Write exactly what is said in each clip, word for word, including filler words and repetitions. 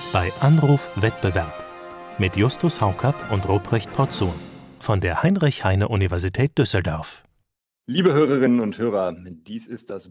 bei Anruf Wettbewerb mit Justus Haukapp und Ruprecht Porzun von der Heinrich-Heine-Universität Düsseldorf. Liebe Hörerinnen und Hörer, dies ist das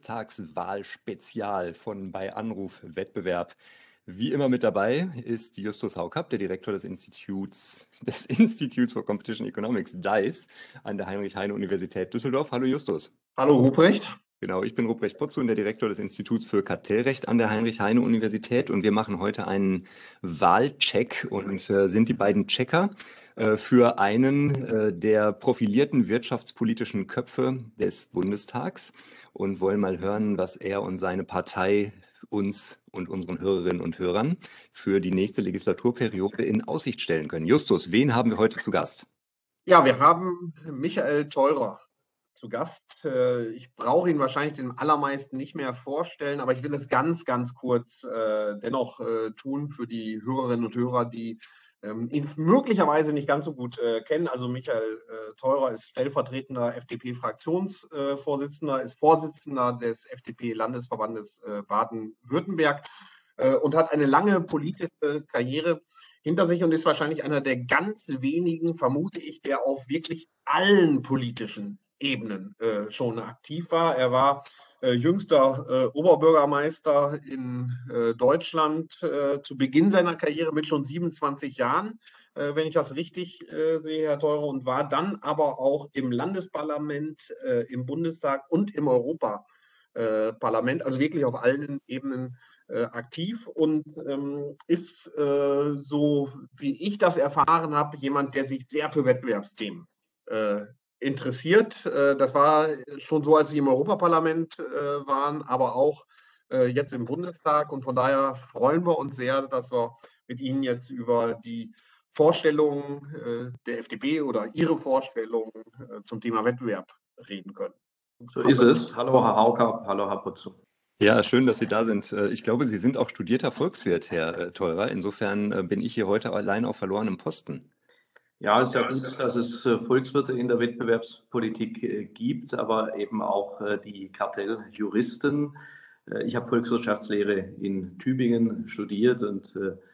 Bundestagswahl-Spezial von bei Anruf Wettbewerb. Wie immer mit dabei ist Justus Haukapp, der Direktor des Instituts, des Institutes for Competition Economics, D I C E, an der Heinrich-Heine-Universität Düsseldorf. Hallo Justus. Hallo Ruprecht. Genau, ich bin Ruprecht Potzun, der Direktor des Instituts für Kartellrecht an der Heinrich-Heine-Universität, und wir machen heute einen Wahlcheck und äh, sind die beiden Checker äh, für einen äh, der profilierten wirtschaftspolitischen Köpfe des Bundestags und wollen mal hören, was er und seine Partei uns und unseren Hörerinnen und Hörern für die nächste Legislaturperiode in Aussicht stellen können. Justus, wen haben wir heute zu Gast? Ja, wir haben Michael Theurer zu Gast. Ich brauche ihn wahrscheinlich den allermeisten nicht mehr vorstellen, aber ich will es ganz, ganz kurz äh, dennoch äh, tun für die Hörerinnen und Hörer, die ähm, ihn möglicherweise nicht ganz so gut äh, kennen. Also Michael äh, Theurer ist stellvertretender F D P-Fraktionsvorsitzender, äh, ist Vorsitzender des F D P-Landesverbandes äh, Baden-Württemberg äh, und hat eine lange politische Karriere hinter sich und ist wahrscheinlich einer der ganz wenigen, vermute ich, der auf wirklich allen politischen Ebenen äh, schon aktiv war. Er war äh, jüngster äh, Oberbürgermeister in äh, Deutschland äh, zu Beginn seiner Karriere mit schon siebenundzwanzig Jahren, äh, wenn ich das richtig äh, sehe, Herr Theurer, und war dann aber auch im Landesparlament, äh, im Bundestag und im Europaparlament, also wirklich auf allen Ebenen äh, aktiv und ähm, ist, äh, so wie ich das erfahren habe, jemand, der sich sehr für Wettbewerbsthemen äh, interessiert. Äh, das war schon so, als Sie im Europaparlament äh, waren, aber auch äh, jetzt im Bundestag. Und von daher freuen wir uns sehr, dass wir mit Ihnen jetzt über die Vorstellungen äh, der F D P oder Ihre Vorstellungen äh, zum Thema Wettbewerb reden können. So ist es. Hallo Herr Haukapp, hallo Herr Potzun. Ja, schön, dass Sie da sind. Ich glaube, Sie sind auch studierter Volkswirt, Herr Theurer. Insofern bin ich hier heute allein auf verlorenem Posten. Ja, es ist ja gut, dass es Volkswirte in der Wettbewerbspolitik gibt, aber eben auch die Kartelljuristen. Ich habe Volkswirtschaftslehre in Tübingen studiert und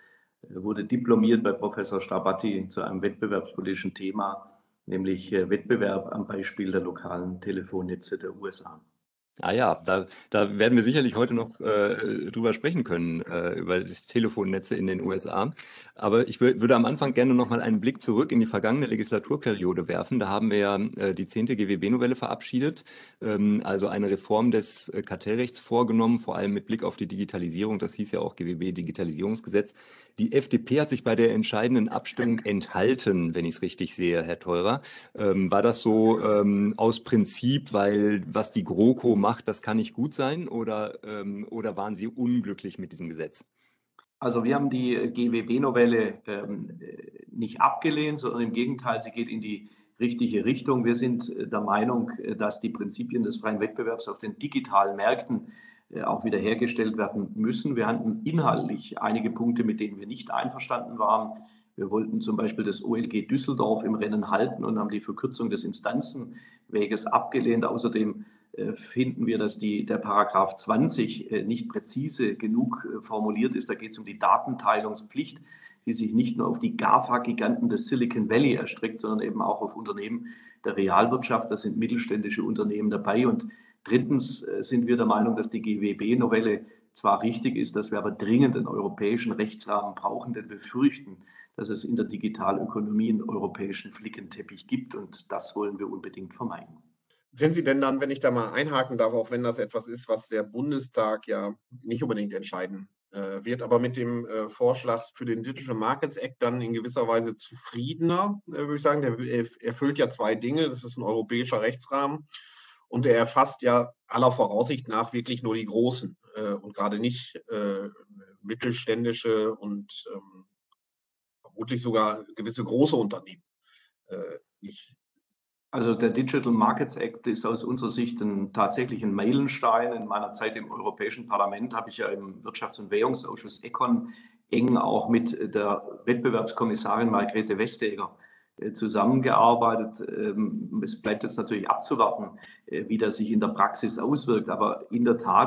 wurde diplomiert bei Professor Starabatti zu einem wettbewerbspolitischen Thema, nämlich Wettbewerb am Beispiel der lokalen Telefonnetze der U S A. Ah ja, da, da werden wir sicherlich heute noch äh, drüber sprechen können, äh, über die Telefonnetze in den U S A. Aber ich würde am Anfang gerne noch mal einen Blick zurück in die vergangene Legislaturperiode werfen. Da haben wir ja äh, die zehnte G W B-Novelle verabschiedet, ähm, also eine Reform des äh, Kartellrechts vorgenommen, vor allem mit Blick auf die Digitalisierung. Das hieß ja auch G W B-Digitalisierungsgesetz. Die F D P hat sich bei der entscheidenden Abstimmung enthalten, wenn ich es richtig sehe, Herr Theurer. Ähm, war das so ähm, aus Prinzip, weil was die GroKo macht, das kann nicht gut sein, oder, ähm, oder waren Sie unglücklich mit diesem Gesetz? Also wir haben die G W B-Novelle ähm, nicht abgelehnt, sondern im Gegenteil, sie geht in die richtige Richtung. Wir sind der Meinung, dass die Prinzipien des freien Wettbewerbs auf den digitalen Märkten äh, auch wiederhergestellt werden müssen. Wir hatten inhaltlich einige Punkte, mit denen wir nicht einverstanden waren. Wir wollten zum Beispiel das O L G Düsseldorf im Rennen halten und haben die Verkürzung des Instanzenweges abgelehnt. Außerdem finden wir, dass die, der Paragraph zwanzig nicht präzise genug formuliert ist. Da geht es um die Datenteilungspflicht, die sich nicht nur auf die GAFA-Giganten des Silicon Valley erstreckt, sondern eben auch auf Unternehmen der Realwirtschaft. Da sind mittelständische Unternehmen dabei. Und drittens sind wir der Meinung, dass die G W B-Novelle zwar richtig ist, dass wir aber dringend einen europäischen Rechtsrahmen brauchen, denn wir fürchten, dass es in der Digitalökonomie einen europäischen Flickenteppich gibt, und das wollen wir unbedingt vermeiden. Sind Sie denn dann, wenn ich da mal einhaken darf, auch wenn das etwas ist, was der Bundestag ja nicht unbedingt entscheiden äh, wird, aber mit dem äh, Vorschlag für den Digital Markets Act dann in gewisser Weise zufriedener, äh, würde ich sagen? Der erfüllt ja zwei Dinge. Das ist ein europäischer Rechtsrahmen und er erfasst ja aller Voraussicht nach wirklich nur die Großen äh, und gerade nicht äh, mittelständische und ähm, vermutlich sogar gewisse große Unternehmen äh, nicht. Also der Digital Markets Act ist aus unserer Sicht ein, tatsächlich ein Meilenstein. In meiner Zeit im Europäischen Parlament habe ich ja im Wirtschafts- und Währungsausschuss ECON eng auch mit der Wettbewerbskommissarin Margrethe Vestager zusammengearbeitet. Es bleibt jetzt natürlich abzuwarten, wie das sich in der Praxis auswirkt. Aber in der Tat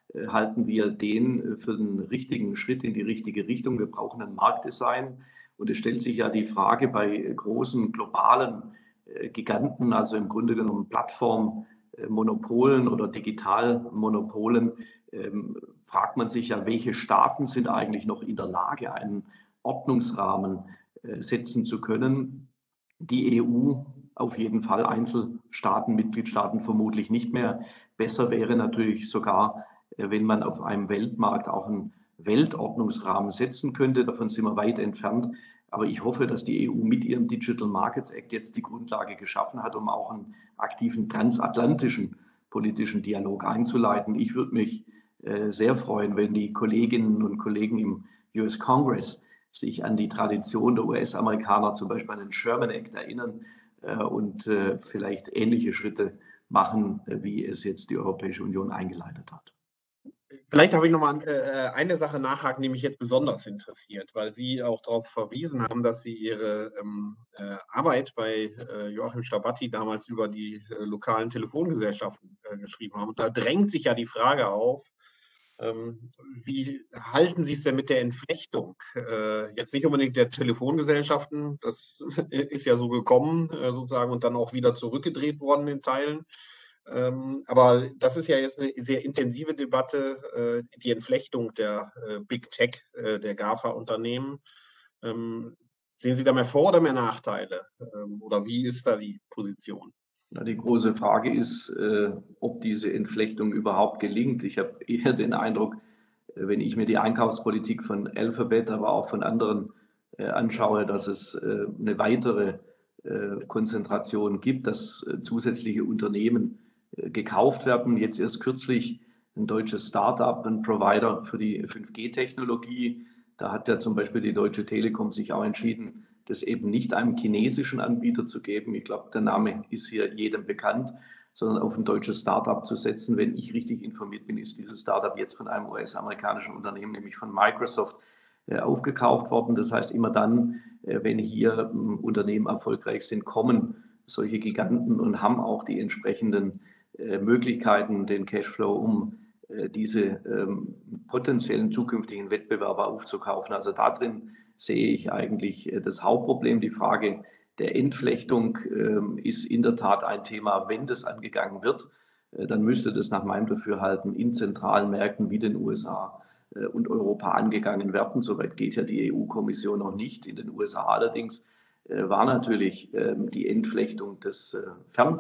äh, halten wir den für den richtigen Schritt in die richtige Richtung. Wir brauchen ein Marktdesign. Und es stellt sich ja die Frage bei großen globalen äh, Giganten, also im Grunde genommen Plattformmonopolen oder Digitalmonopolen, ähm, fragt man sich ja, welche Staaten sind eigentlich noch in der Lage, einen Ordnungsrahmen äh, setzen zu können. Die E U auf jeden Fall, Einzelstaaten, Mitgliedstaaten vermutlich nicht mehr. Besser wäre natürlich sogar, äh, wenn man auf einem Weltmarkt auch einen Weltordnungsrahmen setzen könnte. Davon sind wir weit entfernt. Aber ich hoffe, dass die E U mit ihrem Digital Markets Act jetzt die Grundlage geschaffen hat, um auch einen aktiven transatlantischen politischen Dialog einzuleiten. Ich würde mich äh, sehr freuen, wenn die Kolleginnen und Kollegen im U S Congress sich an die Tradition der U S-Amerikaner, zum Beispiel an den Sherman Act, erinnern äh, und äh, vielleicht ähnliche Schritte machen, äh, wie es jetzt die Europäische Union eingeleitet hat. Vielleicht darf ich nochmal äh, eine Sache nachhaken, die mich jetzt besonders interessiert, weil Sie auch darauf verwiesen haben, dass Sie Ihre ähm, äh, Arbeit bei äh, Joachim Stabatti damals über die äh, lokalen Telefongesellschaften äh, geschrieben haben. Und da drängt sich ja die Frage auf, ähm, wie halten Sie es denn mit der Entflechtung? Äh, jetzt nicht unbedingt der Telefongesellschaften, das ist ja so gekommen äh, sozusagen und dann auch wieder zurückgedreht worden in Teilen. Ähm, aber das ist ja jetzt eine sehr intensive Debatte, äh, die Entflechtung der äh, Big Tech, äh, der GAFA-Unternehmen. Ähm, sehen Sie da mehr Vor- oder mehr Nachteile? Ähm, oder wie ist da die Position? Na, die große Frage ist, äh, ob diese Entflechtung überhaupt gelingt. Ich habe eher den Eindruck, äh, wenn ich mir die Einkaufspolitik von Alphabet, aber auch von anderen äh, anschaue, dass es äh, eine weitere äh, Konzentration gibt, dass äh, zusätzliche Unternehmen äh, gekauft werden. Jetzt erst kürzlich ein deutsches Start-up, ein Provider für die fünf G Technologie. Da hat ja zum Beispiel die Deutsche Telekom sich auch entschieden, das eben nicht einem chinesischen Anbieter zu geben. Ich glaube, der Name ist hier jedem bekannt, sondern auf ein deutsches Startup zu setzen. Wenn ich richtig informiert bin, ist dieses Startup jetzt von einem U S-amerikanischen Unternehmen, nämlich von Microsoft, äh, aufgekauft worden. Das heißt, immer dann, äh, wenn hier ähm, Unternehmen erfolgreich sind, kommen solche Giganten und haben auch die entsprechenden äh, Möglichkeiten, den Cashflow, um äh, diese ähm, potenziellen zukünftigen Wettbewerber aufzukaufen. Also da drin sehe ich eigentlich äh, das Hauptproblem. Die Frage der Entflechtung äh, ist in der Tat ein Thema. Wenn das angegangen wird, äh, dann müsste das nach meinem Dafürhalten in zentralen Märkten wie den U S A äh, und Europa angegangen werden. Soweit geht ja die E U-Kommission noch nicht. In den U S A allerdings äh, war natürlich äh, die Entflechtung des äh,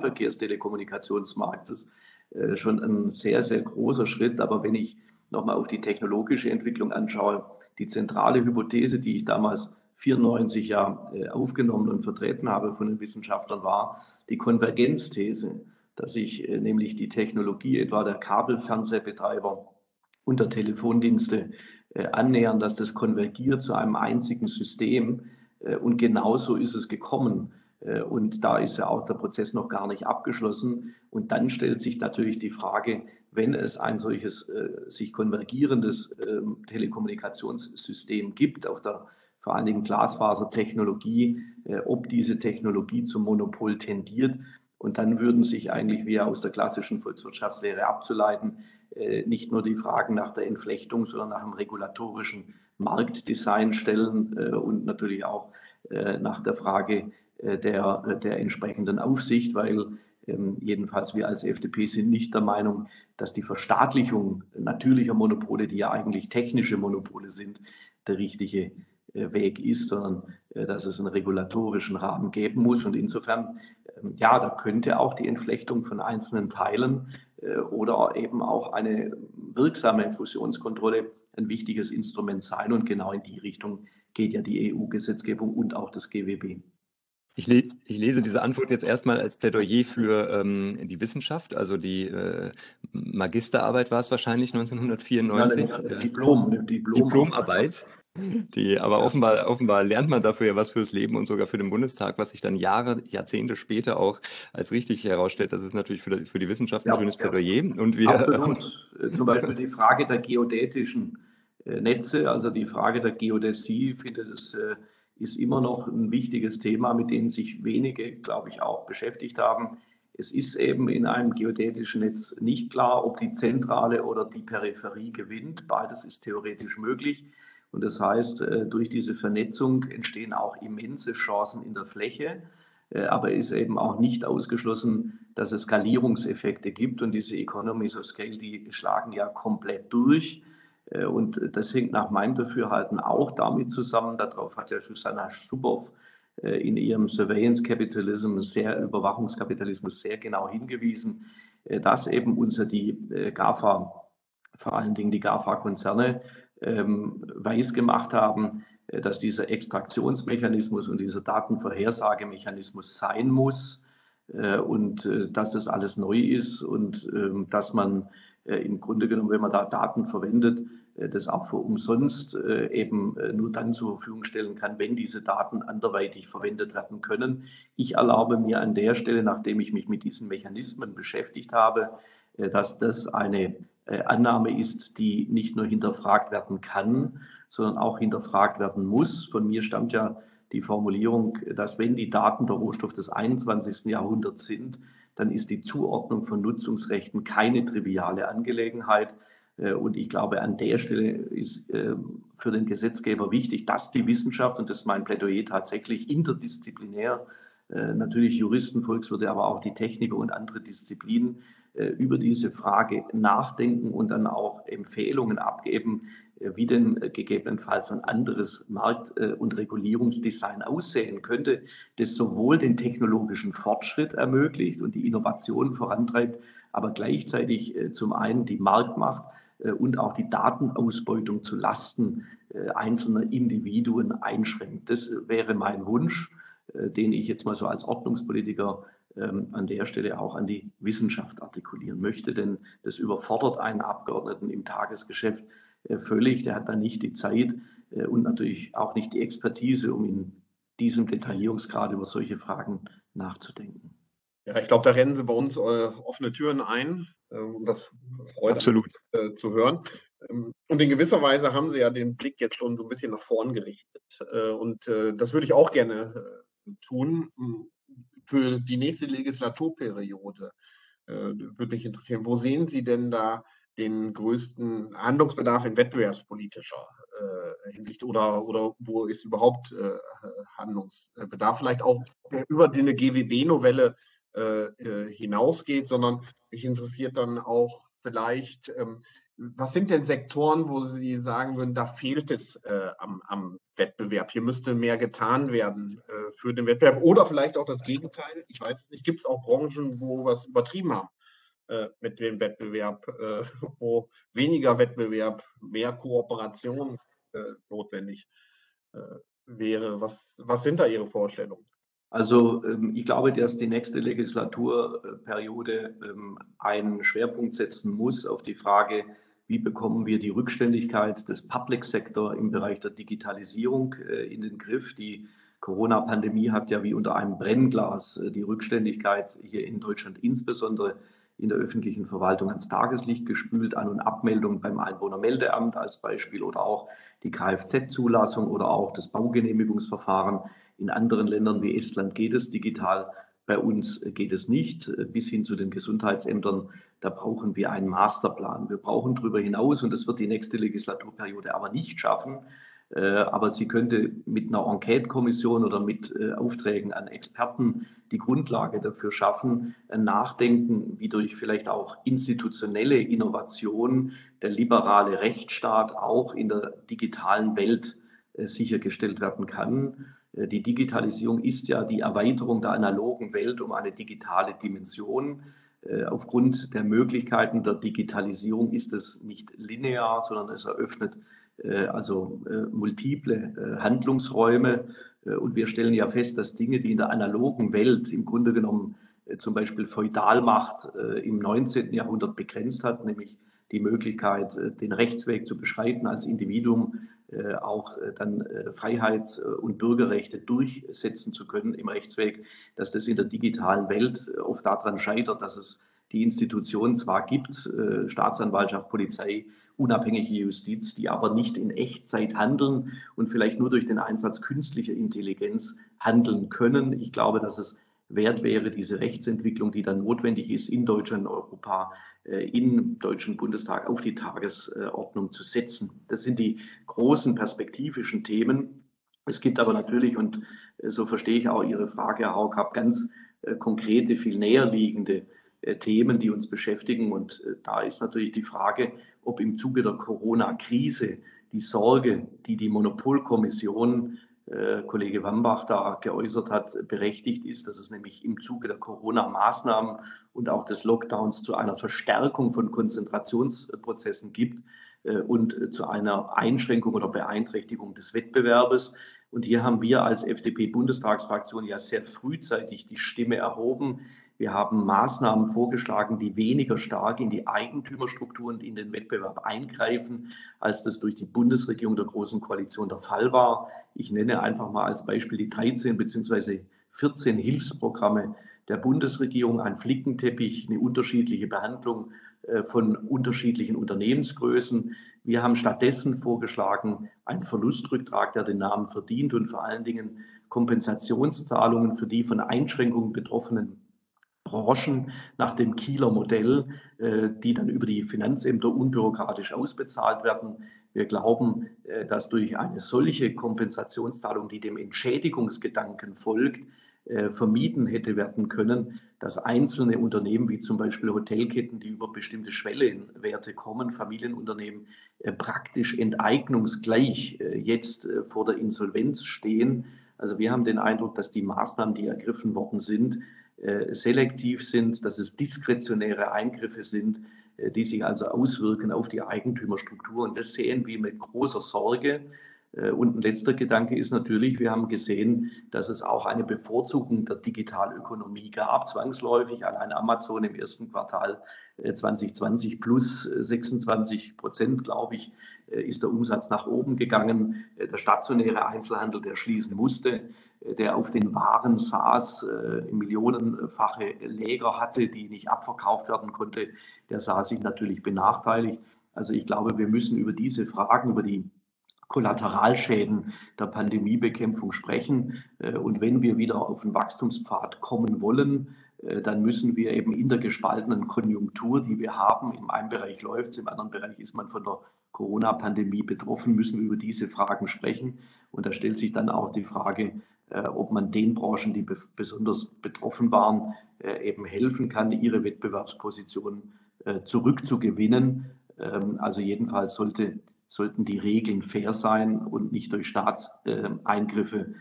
Fernverkehrstelekommunikationsmarktes äh, schon ein sehr, sehr großer Schritt. Aber wenn ich nochmal auf die technologische Entwicklung anschaue, die zentrale Hypothese, die ich damals vierundneunzig ja äh, aufgenommen und vertreten habe von den Wissenschaftlern, war die Konvergenzthese, dass sich äh, nämlich die Technologie etwa der Kabelfernsehbetreiber und der Telefondienste äh, annähern, dass das konvergiert zu einem einzigen System. Äh, und genauso ist es gekommen. Äh, und da ist ja auch der Prozess noch gar nicht abgeschlossen. Und dann stellt sich natürlich die Frage, wenn es ein solches äh, sich konvergierendes äh, Telekommunikationssystem gibt, auf der vor allen Dingen Glasfasertechnologie, äh, ob diese Technologie zum Monopol tendiert. Und dann würden sich eigentlich, wie aus der klassischen Volkswirtschaftslehre abzuleiten, äh, nicht nur die Fragen nach der Entflechtung, sondern nach dem regulatorischen Marktdesign stellen äh, und natürlich auch äh, nach der Frage äh, der, der entsprechenden Aufsicht, weil ähm, jedenfalls wir als F D P sind nicht der Meinung, dass die Verstaatlichung natürlicher Monopole, die ja eigentlich technische Monopole sind, der richtige äh, Weg ist, sondern äh, dass es einen regulatorischen Rahmen geben muss. Und insofern, äh, ja, da könnte auch die Entflechtung von einzelnen Teilen äh, oder eben auch eine wirksame Fusionskontrolle ein wichtiges Instrument sein. Und genau in die Richtung geht ja die E U-Gesetzgebung und auch das G W B. Ich, le ich lese diese Antwort jetzt erstmal als Plädoyer für ähm, die Wissenschaft, also die äh, Magisterarbeit war es wahrscheinlich neunzehnhundertvierundneunzig. Ja, eine Diplom, eine Diplom Diplomarbeit. Die, aber ja. offenbar, offenbar lernt man dafür ja was fürs Leben und sogar für den Bundestag, was sich dann Jahre, Jahrzehnte später auch als richtig herausstellt. Das ist natürlich für die, für die Wissenschaft ein ja, schönes ja. Plädoyer. Und wir, Absolut. Ähm, Zum Beispiel die Frage der geodätischen äh, Netze, also die Frage der Geodäsie, ich finde, das äh, ist immer noch ein wichtiges Thema, mit dem sich wenige, glaube ich, auch beschäftigt haben. Es ist eben in einem geodätischen Netz nicht klar, ob die Zentrale oder die Peripherie gewinnt. Beides ist theoretisch möglich. Und das heißt, durch diese Vernetzung entstehen auch immense Chancen in der Fläche. Aber es ist eben auch nicht ausgeschlossen, dass es Skalierungseffekte gibt. Und diese Economies of Scale, die schlagen ja komplett durch. Und das hängt nach meinem Dafürhalten auch damit zusammen, darauf hat ja Susanna Zuboff in ihrem Surveillance Capitalism, sehr Überwachungskapitalismus, sehr genau hingewiesen, dass eben uns die GAFA, vor allen Dingen die GAFA-Konzerne, ähm, weiß gemacht haben, dass dieser Extraktionsmechanismus und dieser Datenvorhersagemechanismus sein muss äh, und äh, dass das alles neu ist und äh, dass man äh, im Grunde genommen, wenn man da Daten verwendet, äh, das auch für umsonst äh, eben äh, nur dann zur Verfügung stellen kann, wenn diese Daten anderweitig verwendet werden können. Ich erlaube mir an der Stelle, nachdem ich mich mit diesen Mechanismen beschäftigt habe, äh, dass das eine äh, Annahme ist, die nicht nur hinterfragt werden kann, sondern auch hinterfragt werden muss. Von mir stammt ja die Formulierung, dass wenn die Daten der Rohstoff des einundzwanzigsten Jahrhunderts sind, dann ist die Zuordnung von Nutzungsrechten keine triviale Angelegenheit. Und ich glaube, an der Stelle ist für den Gesetzgeber wichtig, dass die Wissenschaft, und das ist mein Plädoyer, tatsächlich interdisziplinär, natürlich Juristen, Volkswirte, aber auch die Techniker und andere Disziplinen über diese Frage nachdenken und dann auch Empfehlungen abgeben, wie denn gegebenenfalls ein anderes Markt- und Regulierungsdesign aussehen könnte, das sowohl den technologischen Fortschritt ermöglicht und die Innovation vorantreibt, aber gleichzeitig zum einen die Marktmacht und auch die Datenausbeutung zu Lasten einzelner Individuen einschränkt. Das wäre mein Wunsch, den ich jetzt mal so als Ordnungspolitiker an der Stelle auch an die Wissenschaft artikulieren möchte, denn das überfordert einen Abgeordneten im Tagesgeschäft völlig. Der hat dann nicht die Zeit und natürlich auch nicht die Expertise, um in diesem Detaillierungsgrad über solche Fragen nachzudenken. Ja, ich glaube, da rennen Sie bei uns äh, offene Türen ein, äh, und das freut Absolut uns äh, zu hören. Ähm, und in gewisser Weise haben Sie ja den Blick jetzt schon so ein bisschen nach vorn gerichtet. Äh, und äh, das würde ich auch gerne äh, tun für die nächste Legislaturperiode. Äh, würde mich interessieren, wo sehen Sie denn da den größten Handlungsbedarf in wettbewerbspolitischer äh, Hinsicht oder, oder wo ist überhaupt äh, Handlungsbedarf? Vielleicht auch über die eine G W B-Novelle äh, hinausgeht, sondern mich interessiert dann auch vielleicht, ähm, was sind denn Sektoren, wo Sie sagen würden, da fehlt es äh, am, am Wettbewerb? Hier müsste mehr getan werden äh, für den Wettbewerb oder vielleicht auch das Gegenteil. Ich weiß nicht, gibt es auch Branchen, wo wir es übertrieben haben äh, mit dem Wettbewerb, äh, wo weniger Wettbewerb, mehr Kooperation äh, notwendig äh, wäre? Was, was sind da Ihre Vorstellungen? Also ich glaube, dass die nächste Legislaturperiode einen Schwerpunkt setzen muss auf die Frage, wie bekommen wir die Rückständigkeit des Public Sector im Bereich der Digitalisierung in den Griff. Die Corona-Pandemie hat ja wie unter einem Brennglas die Rückständigkeit hier in Deutschland insbesondere in der öffentlichen Verwaltung ans Tageslicht gespült. An- und Abmeldung beim Einwohnermeldeamt als Beispiel oder auch die Kfz-Zulassung oder auch das Baugenehmigungsverfahren. In anderen Ländern wie Estland geht es digital, bei uns geht es nicht. Bis hin zu den Gesundheitsämtern, da brauchen wir einen Masterplan. Wir brauchen darüber hinaus, und das wird die nächste Legislaturperiode aber nicht schaffen, aber sie könnte mit einer Enquete-Kommission oder mit Aufträgen an Experten die Grundlage dafür schaffen, ein Nachdenken, wie durch vielleicht auch institutionelle Innovation der liberale Rechtsstaat auch in der digitalen Welt sichergestellt werden kann. Die Digitalisierung ist ja die Erweiterung der analogen Welt um eine digitale Dimension. Aufgrund der Möglichkeiten der Digitalisierung ist es nicht linear, sondern es eröffnet also multiple Handlungsräume. Und wir stellen ja fest, dass Dinge, die in der analogen Welt im Grunde genommen zum Beispiel Feudalmacht im neunzehnten Jahrhundert begrenzt hat, nämlich die Möglichkeit, den Rechtsweg zu beschreiten als Individuum, auch dann Freiheits- und Bürgerrechte durchsetzen zu können im Rechtsweg, dass das in der digitalen Welt oft daran scheitert, dass es die Institutionen zwar gibt, Staatsanwaltschaft, Polizei, unabhängige Justiz, die aber nicht in Echtzeit handeln und vielleicht nur durch den Einsatz künstlicher Intelligenz handeln können. Ich glaube, dass es wert wäre, diese Rechtsentwicklung, die dann notwendig ist, in Deutschland, Europa, im Deutschen Bundestag auf die Tagesordnung zu setzen. Das sind die großen perspektivischen Themen. Es gibt aber natürlich, und so verstehe ich auch Ihre Frage, Herr Haukapp, ganz konkrete, viel näher liegende Themen, die uns beschäftigen. Und da ist natürlich die Frage, ob im Zuge der Corona-Krise die Sorge, die die Monopolkommission, äh, Kollege Wambach da geäußert hat, berechtigt ist, dass es nämlich im Zuge der Corona-Maßnahmen und auch des Lockdowns zu einer Verstärkung von Konzentrationsprozessen gibt äh, und äh, zu einer Einschränkung oder Beeinträchtigung des Wettbewerbes. Und hier haben wir als F D P-Bundestagsfraktion ja sehr frühzeitig die Stimme erhoben. Wir haben Maßnahmen vorgeschlagen, die weniger stark in die Eigentümerstruktur und in den Wettbewerb eingreifen, als das durch die Bundesregierung der Großen Koalition der Fall war. Ich nenne einfach mal als Beispiel die dreizehn bzw. vierzehn Hilfsprogramme der Bundesregierung, ein Flickenteppich, eine unterschiedliche Behandlung von unterschiedlichen Unternehmensgrößen. Wir haben stattdessen vorgeschlagen, einen Verlustrücktrag, der den Namen verdient, und vor allen Dingen Kompensationszahlungen für die von Einschränkungen betroffenen Branchen nach dem Kieler Modell, die dann über die Finanzämter unbürokratisch ausbezahlt werden. Wir glauben, dass durch eine solche Kompensationszahlung, die dem Entschädigungsgedanken folgt, vermieden hätte werden können, dass einzelne Unternehmen wie zum Beispiel Hotelketten, die über bestimmte Schwellenwerte kommen, Familienunternehmen, praktisch enteignungsgleich jetzt vor der Insolvenz stehen. Also wir haben den Eindruck, dass die Maßnahmen, die ergriffen worden sind, selektiv sind, dass es diskretionäre Eingriffe sind, die sich also auswirken auf die Eigentümerstruktur. Und das sehen wir mit großer Sorge. Und ein letzter Gedanke ist natürlich, wir haben gesehen, dass es auch eine Bevorzugung der Digitalökonomie gab, zwangsläufig. Allein Amazon im ersten Quartal zwanzig zwanzig plus sechsundzwanzig Prozent, glaube ich, ist der Umsatz nach oben gegangen. Der stationäre Einzelhandel, der schließen musste, der auf den Waren saß, millionenfache Läger hatte, die nicht abverkauft werden konnte, der sah sich natürlich benachteiligt. Also ich glaube, wir müssen über diese Fragen, über die Kollateralschäden der Pandemiebekämpfung sprechen. Und wenn wir wieder auf den Wachstumspfad kommen wollen, dann müssen wir eben in der gespaltenen Konjunktur, die wir haben, im einen Bereich läuft es, im anderen Bereich ist man von der Corona-Pandemie betroffen, müssen wir über diese Fragen sprechen. Und da stellt sich dann auch die Frage, ob man den Branchen, die besonders betroffen waren, eben helfen kann, ihre Wettbewerbsposition zurückzugewinnen. Also jedenfalls sollte sollten die Regeln fair sein und nicht durch Staatseingriffe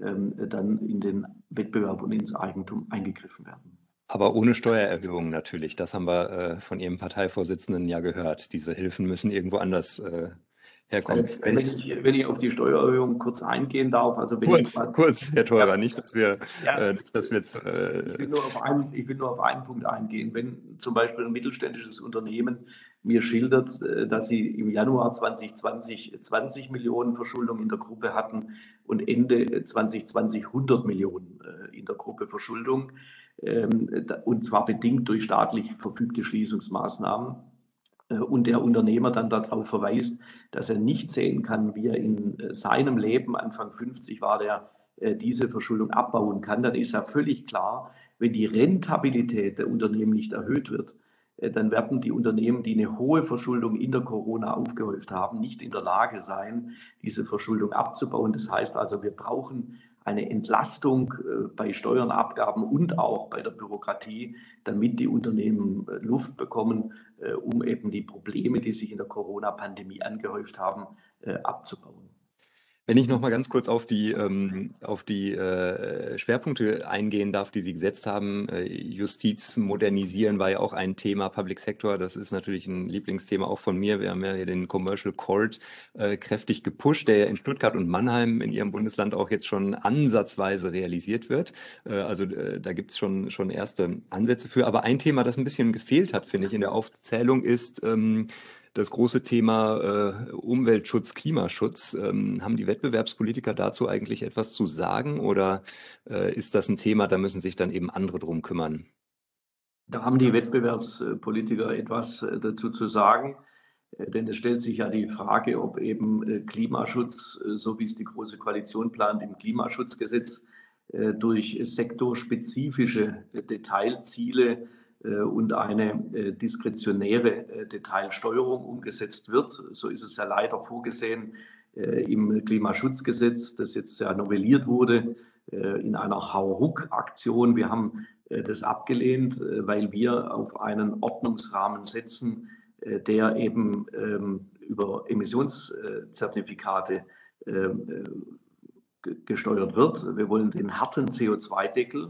dann in den Wettbewerb und ins Eigentum eingegriffen werden. Aber ohne Steuererhöhungen natürlich. Das haben wir äh, von Ihrem Parteivorsitzenden ja gehört. Diese Hilfen müssen irgendwo anders äh, herkommen. Wenn, wenn, ich, wenn ich auf die Steuererhöhung kurz eingehen darf. Also wenn kurz, ich, kurz, Herr Theurer, ja, nicht, dass wir, ja, äh, dass wir jetzt... Äh, ich, will nur auf einen, ich will nur auf einen Punkt eingehen. Wenn zum Beispiel ein mittelständisches Unternehmen mir schildert, dass sie im Januar zwanzig zwanzig zwanzig Millionen Verschuldung in der Gruppe hatten und Ende zwanzig zwanzig hundert Millionen in der Gruppe Verschuldung, und zwar bedingt durch staatlich verfügte Schließungsmaßnahmen, und der Unternehmer dann darauf verweist, dass er nicht sehen kann, wie er in seinem Leben, Anfang fünfzig war der, diese Verschuldung abbauen kann, dann ist ja völlig klar, wenn die Rentabilität der Unternehmen nicht erhöht wird, dann werden die Unternehmen, die eine hohe Verschuldung in der Corona aufgehäuft haben, nicht in der Lage sein, diese Verschuldung abzubauen. Das heißt also, wir brauchen eine Entlastung bei Steuern, Abgaben und auch bei der Bürokratie, damit die Unternehmen Luft bekommen, um eben die Probleme, die sich in der Corona-Pandemie angehäuft haben, abzubauen. Wenn ich noch mal ganz kurz auf die, ähm, auf die äh, Schwerpunkte eingehen darf, die Sie gesetzt haben. Äh, Justiz modernisieren war ja auch ein Thema, Public Sector, das ist natürlich ein Lieblingsthema auch von mir. Wir haben ja hier den Commercial Court äh, kräftig gepusht, der in Stuttgart und Mannheim in Ihrem Bundesland auch jetzt schon ansatzweise realisiert wird. Äh, also äh, da gibt es schon, schon erste Ansätze für. Aber ein Thema, das ein bisschen gefehlt hat, finde ich, in der Aufzählung ist... Ähm, Das große Thema äh, Umweltschutz, Klimaschutz. Ähm, haben die Wettbewerbspolitiker dazu eigentlich etwas zu sagen oder äh, ist das ein Thema, da müssen sich dann eben andere drum kümmern? Da haben die Wettbewerbspolitiker etwas dazu zu sagen, denn es stellt sich ja die Frage, ob eben Klimaschutz, so wie es die Große Koalition plant, im Klimaschutzgesetz durch sektorspezifische Detailziele und eine diskretionäre Detailsteuerung umgesetzt wird. So ist es ja leider vorgesehen im Klimaschutzgesetz, das jetzt ja novelliert wurde in einer Hauruck-Aktion. Wir haben das abgelehnt, weil wir auf einen Ordnungsrahmen setzen, der eben über Emissionszertifikate gesteuert wird. Wir wollen den harten C O zwei Deckel.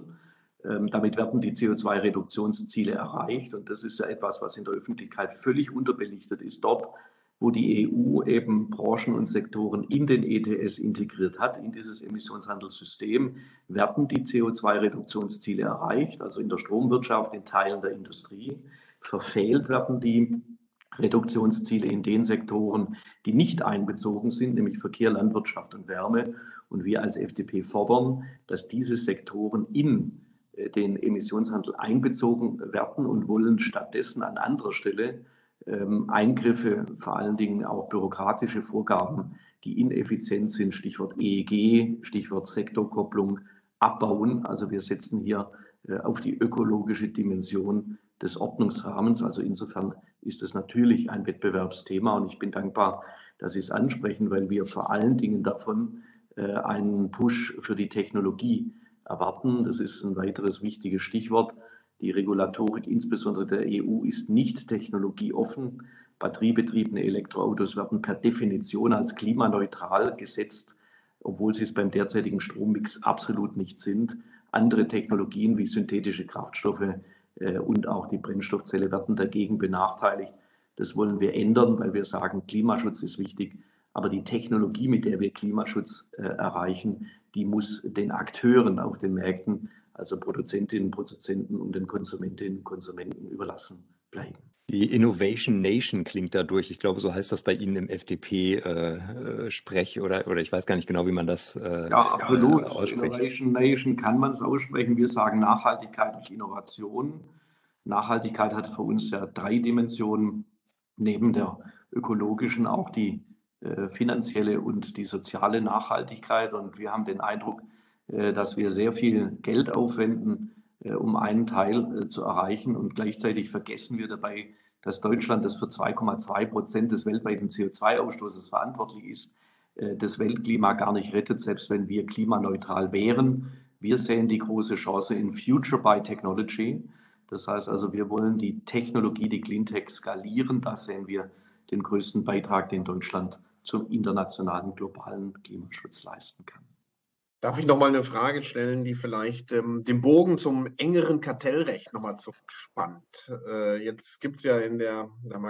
Damit werden die C O zwei Reduktionsziele erreicht. Und das ist ja etwas, was in der Öffentlichkeit völlig unterbelichtet ist. Dort, wo die E U eben Branchen und Sektoren in den E T S integriert hat, in dieses Emissionshandelssystem, werden die C O zwei Reduktionsziele erreicht. Also in der Stromwirtschaft, in Teilen der Industrie. Verfehlt werden die Reduktionsziele in den Sektoren, die nicht einbezogen sind, nämlich Verkehr, Landwirtschaft und Wärme. Und wir als F D P fordern, dass diese Sektoren in den Emissionshandel einbezogen werden und wollen stattdessen an anderer Stelle ähm, Eingriffe, vor allen Dingen auch bürokratische Vorgaben, die ineffizient sind, Stichwort E E G, Stichwort Sektorkopplung, abbauen. Also wir setzen hier äh, auf die ökologische Dimension des Ordnungsrahmens. Also insofern ist es natürlich ein Wettbewerbsthema und ich bin dankbar, dass Sie es ansprechen, weil wir vor allen Dingen davon äh, einen Push für die Technologie erwarten. Das ist ein weiteres wichtiges Stichwort. Die Regulatorik, insbesondere der E U, ist nicht technologieoffen. Batteriebetriebene Elektroautos werden per Definition als klimaneutral gesetzt, obwohl sie es beim derzeitigen Strommix absolut nicht sind. Andere Technologien wie synthetische Kraftstoffe äh, und auch die Brennstoffzelle werden dagegen benachteiligt. Das wollen wir ändern, weil wir sagen, Klimaschutz ist wichtig. Aber die Technologie, mit der wir Klimaschutz äh, erreichen, die muss den Akteuren auf den Märkten, also Produzentinnen, Produzenten und den Konsumentinnen und Konsumenten überlassen bleiben. Die Innovation Nation klingt dadurch. Ich glaube, so heißt das bei Ihnen im F D P-Sprech äh, oder, oder ich weiß gar nicht genau, wie man das äh, ja, absolut. Äh, ausspricht. Innovation Nation kann man es aussprechen. Wir sagen Nachhaltigkeit durch Innovation. Nachhaltigkeit hat für uns ja drei Dimensionen, neben der ökologischen auch die äh, finanzielle und die soziale Nachhaltigkeit. Und wir haben den Eindruck, äh, dass wir sehr viel Geld aufwenden, äh, um einen Teil äh, zu erreichen. Und gleichzeitig vergessen wir dabei, dass Deutschland, das für zwei Komma zwei Prozent des weltweiten C O zwei Ausstoßes verantwortlich ist, äh, das Weltklima gar nicht rettet, selbst wenn wir klimaneutral wären. Wir sehen die große Chance in Future by Technology. Das heißt also, wir wollen die Technologie, die Cleantech skalieren. Da sehen wir den größten Beitrag, den Deutschland zum internationalen globalen Klimaschutz leisten kann. Darf ich noch mal eine Frage stellen, die vielleicht ähm, den Bogen zum engeren Kartellrecht noch mal zurückspannt? Äh, jetzt gibt es ja in der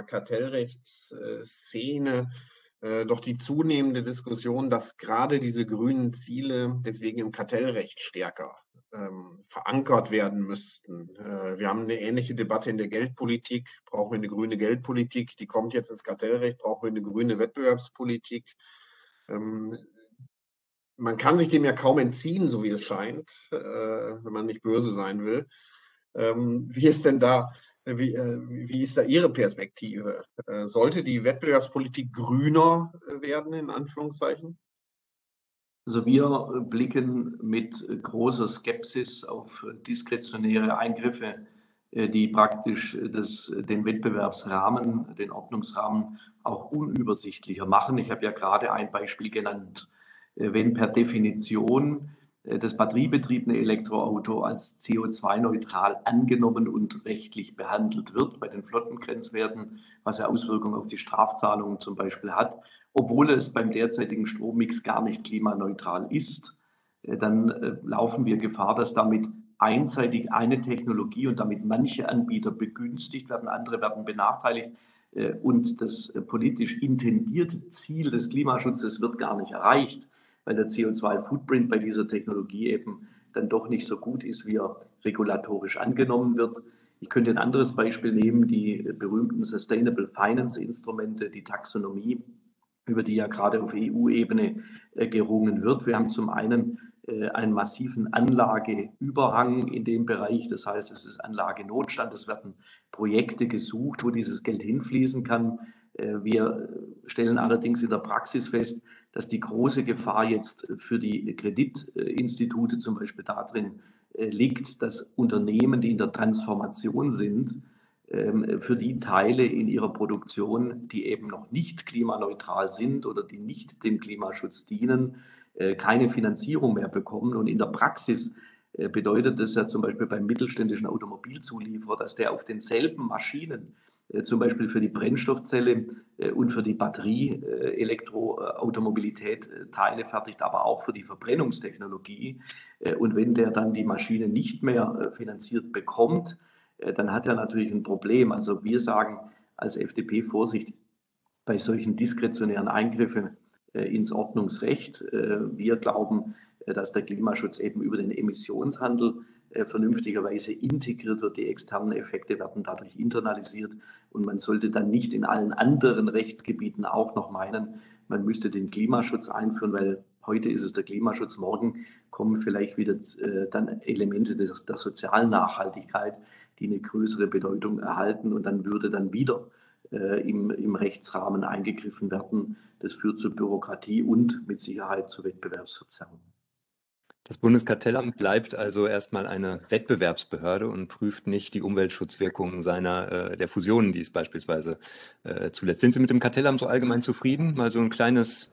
Kartellrechtsszene äh, doch die zunehmende Diskussion, dass gerade diese grünen Ziele deswegen im Kartellrecht stärker ähm, verankert werden müssten. Äh, wir haben eine ähnliche Debatte in der Geldpolitik. Brauchen wir eine grüne Geldpolitik? Die kommt jetzt ins Kartellrecht. Brauchen wir eine grüne Wettbewerbspolitik? Ähm, man kann sich dem ja kaum entziehen, so wie es scheint, äh, wenn man nicht böse sein will. Ähm, wie ist denn da, wie, äh, wie ist da Ihre Perspektive? Äh, sollte die Wettbewerbspolitik grüner werden, in Anführungszeichen? Also wir blicken mit großer Skepsis auf diskretionäre Eingriffe, die praktisch das, den Wettbewerbsrahmen, den Ordnungsrahmen auch unübersichtlicher machen. Ich habe ja gerade ein Beispiel genannt. Wenn per Definition das batteriebetriebene Elektroauto als C O zwei neutral angenommen und rechtlich behandelt wird bei den Flottengrenzwerten, was ja Auswirkungen auf die Strafzahlungen zum Beispiel hat, obwohl es beim derzeitigen Strommix gar nicht klimaneutral ist, dann laufen wir Gefahr, dass damit einseitig eine Technologie und damit manche Anbieter begünstigt werden, andere werden benachteiligt und das politisch intendierte Ziel des Klimaschutzes wird gar nicht erreicht, weil der C O zwei Footprint bei dieser Technologie eben dann doch nicht so gut ist, wie er regulatorisch angenommen wird. Ich könnte ein anderes Beispiel nehmen, die berühmten Sustainable Finance Instrumente, die Taxonomie, über die ja gerade auf E U-Ebene äh, gerungen wird. Wir haben zum einen äh, einen massiven Anlageüberhang in dem Bereich. Das heißt, es ist Anlagenotstand. Es werden Projekte gesucht, wo dieses Geld hinfließen kann. Äh, wir stellen allerdings in der Praxis fest, dass die große Gefahr jetzt für die Kreditinstitute zum Beispiel darin liegt, dass Unternehmen, die in der Transformation sind, für die Teile in ihrer Produktion, die eben noch nicht klimaneutral sind oder die nicht dem Klimaschutz dienen, keine Finanzierung mehr bekommen. Und in der Praxis bedeutet das ja zum Beispiel beim mittelständischen Automobilzulieferer, dass der auf denselben Maschinen, zum Beispiel für die Brennstoffzelle und für die Batterie-Elektroautomobilität Teile fertigt, aber auch für die Verbrennungstechnologie. Und wenn der dann die Maschine nicht mehr finanziert bekommt, dann hat er natürlich ein Problem. Also wir sagen als F D P Vorsicht bei solchen diskretionären Eingriffen ins Ordnungsrecht. Wir glauben, dass der Klimaschutz eben über den Emissionshandel vernünftigerweise integriert wird. Die externen Effekte werden dadurch internalisiert und man sollte dann nicht in allen anderen Rechtsgebieten auch noch meinen, man müsste den Klimaschutz einführen, weil heute ist es der Klimaschutz, morgen kommen vielleicht wieder äh, dann Elemente des, der sozialen Nachhaltigkeit, die eine größere Bedeutung erhalten und dann würde dann wieder äh, im, im Rechtsrahmen eingegriffen werden. Das führt zu Bürokratie und mit Sicherheit zu Wettbewerbsverzerrung. Das Bundeskartellamt bleibt also erstmal eine Wettbewerbsbehörde und prüft nicht die Umweltschutzwirkungen seiner, äh, der Fusionen, die es beispielsweise äh, zuletzt. Sind Sie mit dem Kartellamt so allgemein zufrieden? Mal so ein kleines,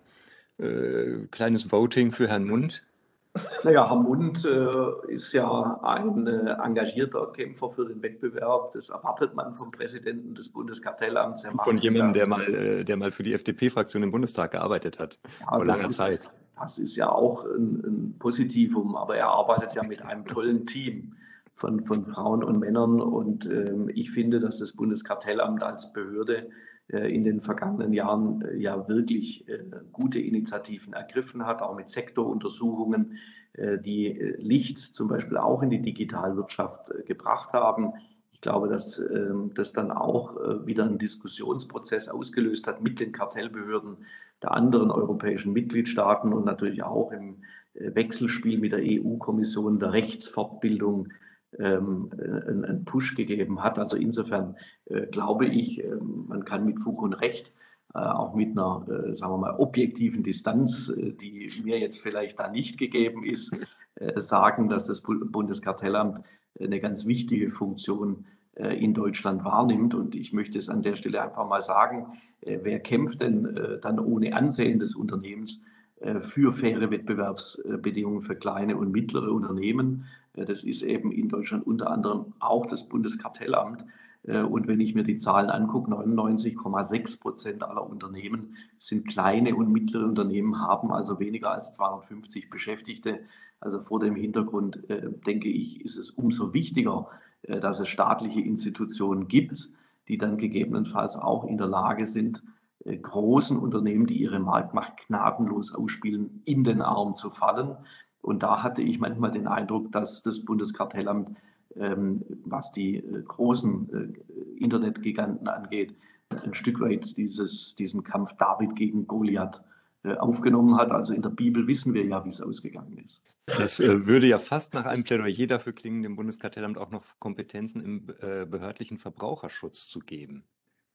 äh, kleines Voting für Herrn Mund? Naja, Herr Mund äh, ist ja ein äh, engagierter Kämpfer für den Wettbewerb. Das erwartet man vom Präsidenten des Bundeskartellamts. Von jemandem, der mal, äh, der mal für die F D P-Fraktion im Bundestag gearbeitet hat, ja, vor langer ist, Zeit. Das ist ja auch ein, ein Positivum, aber er arbeitet ja mit einem tollen Team von, von Frauen und Männern. Und ähm, ich finde, dass das Bundeskartellamt als Behörde äh, in den vergangenen Jahren äh, ja wirklich äh, gute Initiativen ergriffen hat, auch mit Sektoruntersuchungen, äh, die äh, Licht zum Beispiel auch in die Digitalwirtschaft äh, gebracht haben. Ich glaube, dass äh, das dann auch äh, wieder einen Diskussionsprozess ausgelöst hat mit den Kartellbehörden der anderen europäischen Mitgliedstaaten und natürlich auch im äh, Wechselspiel mit der E U-Kommission der Rechtsfortbildung ähm, einen, einen Push gegeben hat. Also insofern äh, glaube ich, äh, man kann mit Fug und Recht äh, auch mit einer, äh, sagen wir mal, objektiven Distanz, äh, die mir jetzt vielleicht da nicht gegeben ist, äh, sagen, dass das Bundeskartellamt eine ganz wichtige Funktion äh, in Deutschland wahrnimmt. Und ich möchte es an der Stelle einfach mal sagen, äh, wer kämpft denn äh, dann ohne Ansehen des Unternehmens äh, für faire Wettbewerbsbedingungen für kleine und mittlere Unternehmen? Äh, das ist eben in Deutschland unter anderem auch das Bundeskartellamt. Äh, und wenn ich mir die Zahlen angucke, neunundneunzig Komma sechs Prozent aller Unternehmen sind kleine und mittlere Unternehmen, haben also weniger als zweihundertfünfzig Beschäftigte. Also vor dem Hintergrund, äh, denke ich, ist es umso wichtiger, äh, dass es staatliche Institutionen gibt, die dann gegebenenfalls auch in der Lage sind, äh, großen Unternehmen, die ihre Marktmacht gnadenlos ausspielen, in den Arm zu fallen. Und da hatte ich manchmal den Eindruck, dass das Bundeskartellamt, ähm, was die äh, großen äh, Internetgiganten angeht, ein Stück weit dieses, diesen Kampf David gegen Goliath aufgenommen hat. Also in der Bibel wissen wir ja, wie es ausgegangen ist. Das äh, würde ja fast nach einem Plädoyer dafür klingen, dem Bundeskartellamt auch noch Kompetenzen im äh, behördlichen Verbraucherschutz zu geben.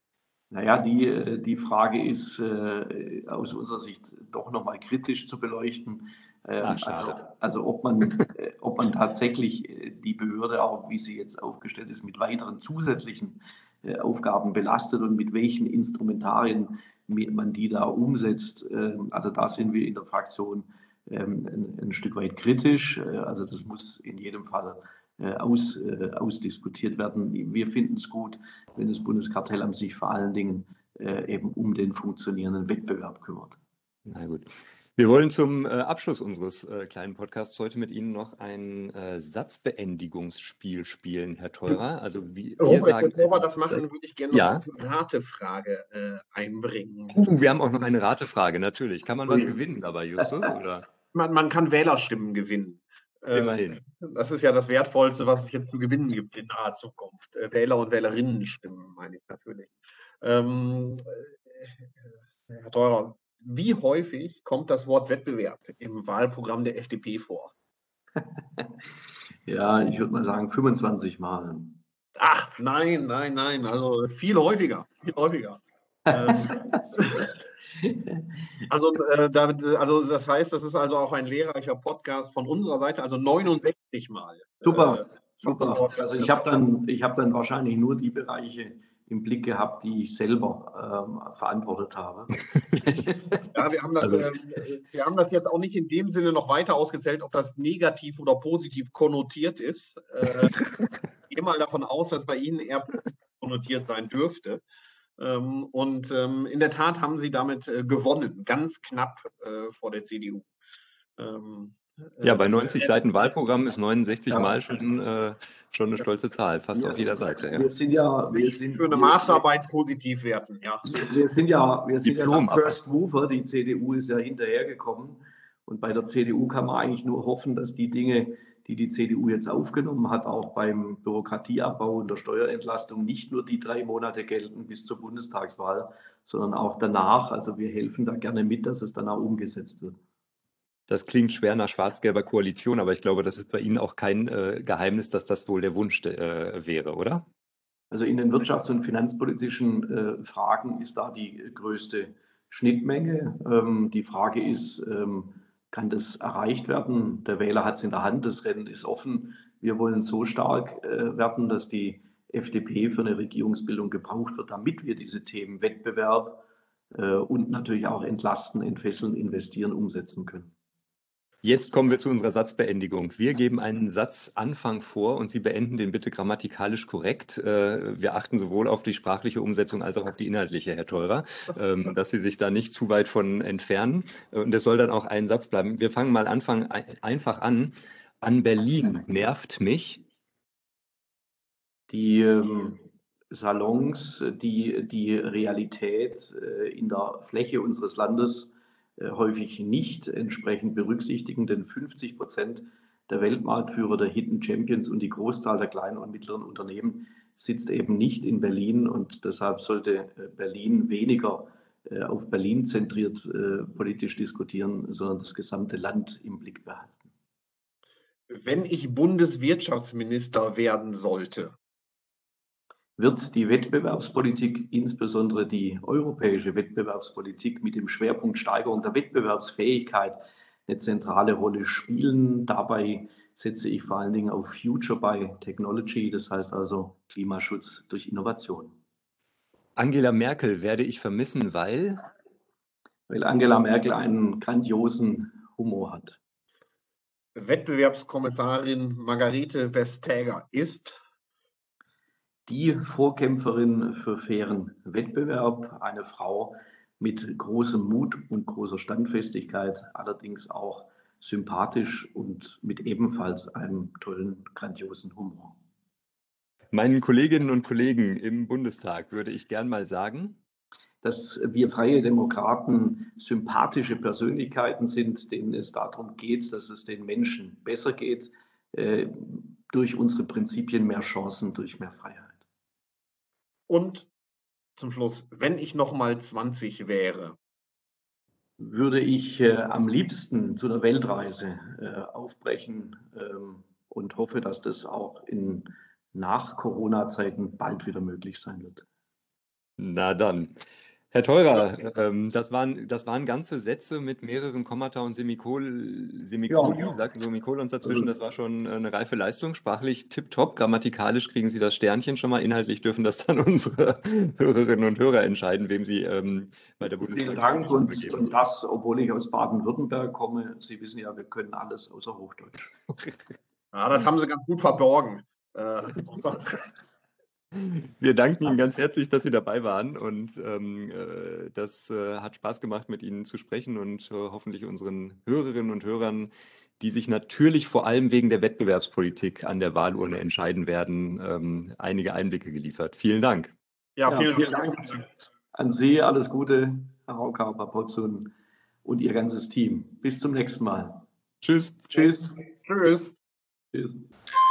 Naja, die, die Frage ist äh, aus unserer Sicht doch nochmal kritisch zu beleuchten. Ähm, Ach, schade. also, also ob man, äh, ob man tatsächlich die Behörde, auch wie sie jetzt aufgestellt ist, mit weiteren zusätzlichen äh, Aufgaben belastet und mit welchen Instrumentarien man die da umsetzt. Also da sind wir in der Fraktion ein, ein Stück weit kritisch. Also das muss in jedem Fall aus, ausdiskutiert werden. Wir finden es gut, wenn das Bundeskartellamt sich vor allen Dingen eben um den funktionierenden Wettbewerb kümmert. Na gut. Wir wollen zum äh, Abschluss unseres äh, kleinen Podcasts heute mit Ihnen noch ein äh, Satzbeendigungsspiel spielen, Herr Teurer. Also wie wir Robert, sagen, bevor wir das machen, würde ich gerne noch ja. eine Ratefrage äh, einbringen. Uh, wir haben auch noch eine Ratefrage, natürlich. Kann man was gewinnen dabei, Justus? Oder? Man, man kann Wählerstimmen gewinnen. Immerhin. Äh, das ist ja das Wertvollste, was es jetzt zu gewinnen gibt in naher Zukunft. Äh, Wähler- und Wählerinnenstimmen, meine ich natürlich. Ähm, äh, Herr Teurer, wie häufig kommt das Wort Wettbewerb im Wahlprogramm der F D P vor? Ja, ich würde mal sagen fünfundzwanzig Mal. Ach, nein, nein, nein, also viel häufiger, viel häufiger. ähm, Also, äh, damit, also das heißt, das ist also auch ein lehrreicher Podcast von unserer Seite, also neunundsechzig Mal. Super, Äh, super. Also ich habe dann, ich habe dann wahrscheinlich nur die Bereiche im Blick gehabt, die ich selber ähm, verantwortet habe. Ja, wir haben, das, Also- äh, wir haben das jetzt auch nicht in dem Sinne noch weiter ausgezählt, ob das negativ oder positiv konnotiert ist. Äh, ich gehe mal davon aus, dass bei Ihnen eher positiv konnotiert sein dürfte. Ähm, und ähm, in der Tat haben Sie damit äh, gewonnen, ganz knapp äh, vor der C D U. Ähm, Ja, äh, bei neunzig Seiten Wahlprogramm ist neunundsechzig Ja. Mal schon, äh, schon eine stolze Zahl, fast Ja. auf jeder Seite. Ja. Wir sind ja, wir sich sind, für eine wir, Masterarbeit positiv werten, ja. wir sind ja, wir sind ja der Diplomarbeit. First Mover. Die C D U ist ja hinterhergekommen. Und bei der C D U kann man eigentlich nur hoffen, dass die Dinge, die die C D U jetzt aufgenommen hat, auch beim Bürokratieabbau und der Steuerentlastung nicht nur die drei Monate gelten bis zur Bundestagswahl, sondern auch danach. Also wir helfen da gerne mit, dass es dann auch umgesetzt wird. Das klingt schwer nach schwarz-gelber Koalition, aber ich glaube, das ist bei Ihnen auch kein äh, Geheimnis, dass das wohl der Wunsch äh, wäre, oder? Also in den wirtschafts- und finanzpolitischen äh, Fragen ist da die größte Schnittmenge. Ähm, die Frage ist, ähm, kann das erreicht werden? Der Wähler hat es in der Hand, das Rennen ist offen. Wir wollen so stark äh, werden, dass die F D P für eine Regierungsbildung gebraucht wird, damit wir diese Themen Wettbewerb äh, und natürlich auch entlasten, entfesseln, investieren, umsetzen können. Jetzt kommen wir zu unserer Satzbeendigung. Wir geben einen Satzanfang vor und Sie beenden den bitte grammatikalisch korrekt. Äh, Wir achten sowohl auf die sprachliche Umsetzung als auch auf die inhaltliche, Herr Theurer, ähm, dass Sie sich da nicht zu weit von entfernen. Und es soll dann auch ein Satz bleiben. Wir fangen mal Anfang ein- einfach an. An Berlin nervt mich. Die ähm, Salons, die die Realität äh, in der Fläche unseres Landes äh, häufig nicht entsprechend berücksichtigen, denn fünfzig Prozent der Weltmarktführer, der Hidden Champions und die Großzahl der kleinen und mittleren Unternehmen sitzt eben nicht in Berlin und deshalb sollte äh, Berlin weniger äh, auf Berlin zentriert äh, politisch diskutieren, sondern das gesamte Land im Blick behalten. Wenn ich Bundeswirtschaftsminister werden sollte, wird die Wettbewerbspolitik, insbesondere die europäische Wettbewerbspolitik mit dem Schwerpunkt Steigerung der Wettbewerbsfähigkeit, eine zentrale Rolle spielen. Dabei setze ich vor allen Dingen auf Future by Technology, das heißt also Klimaschutz durch Innovation. Angela Merkel werde ich vermissen, weil Weil Angela Merkel einen grandiosen Humor hat. Wettbewerbskommissarin Margarete Vestager ist Die Vorkämpferin für fairen Wettbewerb, eine Frau mit großem Mut und großer Standfestigkeit, allerdings auch sympathisch und mit ebenfalls einem tollen, grandiosen Humor. meinen Kolleginnen und Kollegen im Bundestag würde ich gern mal sagen, Dass wir Freie Demokraten sympathische Persönlichkeiten sind, denen es darum geht, dass es den Menschen besser geht, äh, durch unsere Prinzipien mehr Chancen, durch mehr Freiheit. und zum Schluss, wenn ich noch mal zwanzig wäre, würde ich äh, am liebsten zu einer Weltreise äh, aufbrechen ähm, und hoffe, dass das auch in nach-Corona-Zeiten bald wieder möglich sein wird. na dann. Herr Theurer, ähm, das waren, das waren ganze Sätze mit mehreren Kommata und Semikol, Semikolon, Ja. sagten Semikolons dazwischen. Das war schon eine reife Leistung. Sprachlich tipptopp, grammatikalisch kriegen Sie das Sternchen schon mal. Inhaltlich dürfen das dann unsere Hörerinnen und Hörer entscheiden, wem Sie ähm, bei der Vielen Dank Bundestagswahl und, geben. und das, obwohl ich aus Baden-Württemberg komme. Sie wissen ja, wir können alles außer Hochdeutsch. ja, das haben Sie ganz gut verborgen. Äh, Wir danken Ihnen ganz herzlich, dass Sie dabei waren und ähm, äh, das äh, hat Spaß gemacht, mit Ihnen zu sprechen und äh, hoffentlich unseren Hörerinnen und Hörern, die sich natürlich vor allem wegen der Wettbewerbspolitik an der Wahlurne entscheiden werden, ähm, einige Einblicke geliefert. Vielen Dank. ja, Ja, vielen, vielen vielen Dank. Dank. An Sie alles Gute, Herr Rauka, Herr Potzun und Ihr ganzes Team. Bis zum nächsten Mal. Tschüss. Tschüss. Tschüss. Tschüss.